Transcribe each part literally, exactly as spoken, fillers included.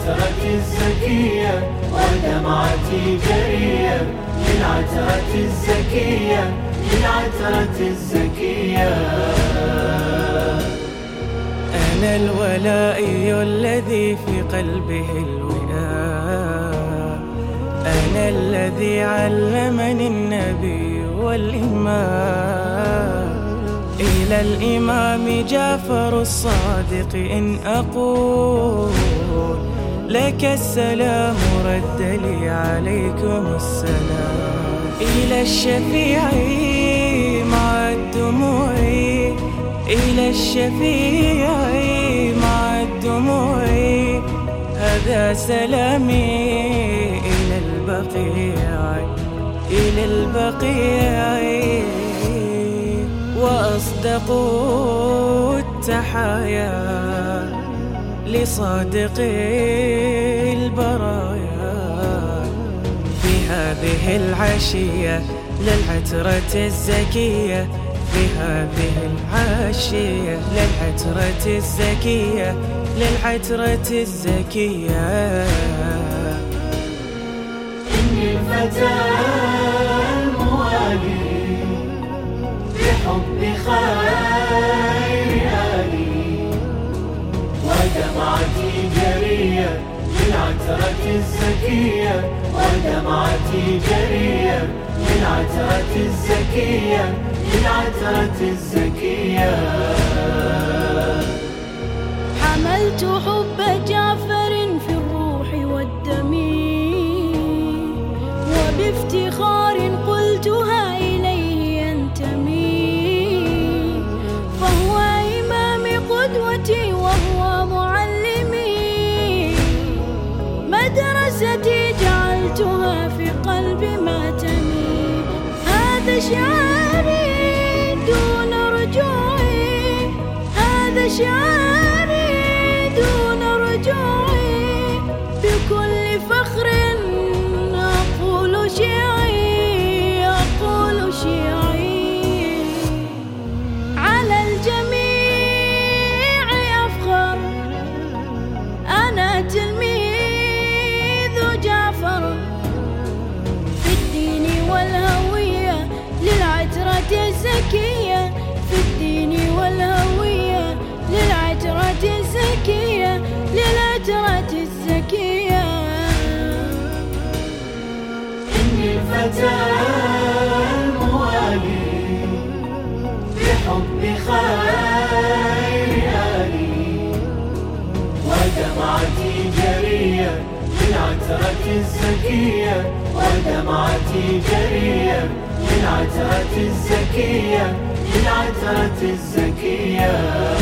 للعترة الزكية ودمعتي جرية للعترة الزكية للعترة الزكية. أنا الولائي الذي في قلبه الولاء، أنا الذي علمني النبي والإمام. إلى الإمام جعفر الصادق إن أقول لك السلام رد لي عليكم السلام. إلى الشفيع مع الدموع، إلى الشفيع مع الدموع، هذا سلامي إلى البقيع، إلى البقيع. وأصدق التحايا لصادق البرايا في هذه العشية للعترة الزكية، في هذه العشية للعترة الزكية، للعترة الزكية. إني الفتى الموالي بحب خير آلي، ودمعتي جرية للعترة الزكية، ودمعتي جرية للعترة الزكية، للعترة الزكية. حملت حب جعفر في الروح والدم، وبافتخار قلتها إليه ينتمي، فهو إمامي قدوتي وهو معلمي، مدرستي جعلتها في قلبي ماتمي. هذا شعاري دون رجوعي، هذا شعاري دون رجوعي، بكل فخر أقول شيعي، أقول شيعي. على الجميع أفخر، أنا تلميذ جعفر، في الدين والهوية للعترة الزكية، في الدين والهوية للعترة الزكية، للعترة الزكية. إني الفتى الموالي بحب خير آلي، ودمعتي جرية للعترة الزكية، ودمعتي جرية للعترة الزكية، للعترة الزكية.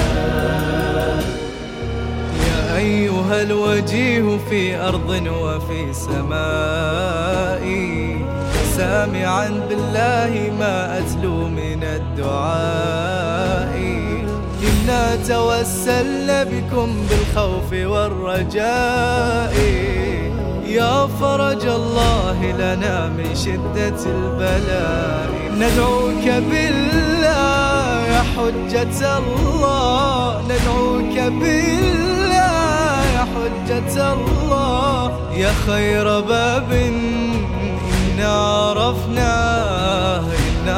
يا أيها الوجيه في أرض وفي سماء، سامعا بالله ما أتلو من الدعاء، إنا توسلنا بكم بالخوف والرجاء، يا فرج الله لنا من شدة البلاء. ندعوك بالله يا حجة الله، ندعوك بالله يا حجة الله، يا خير باب إنا عرفناه، إنا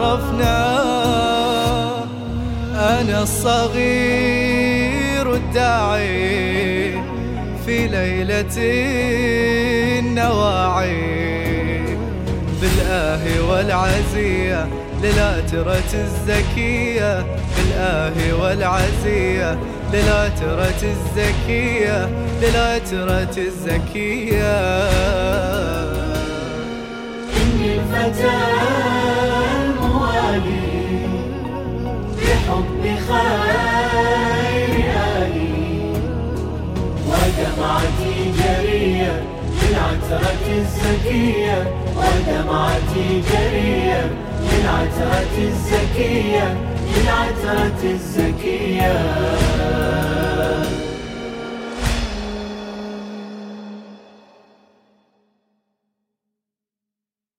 عرفناه. أنا الصغير الداعي في ليلة النواعي، بالآه والعزية للعترة الزكية، بالآه والعزية للعترة الزكية، للعترة الزكية. إني الفتى الموالي بحب خير آلي، ودمعتي جرية للعترة الزكية، ودمعتي جرية للعترة الزكية، للعترة الزكية.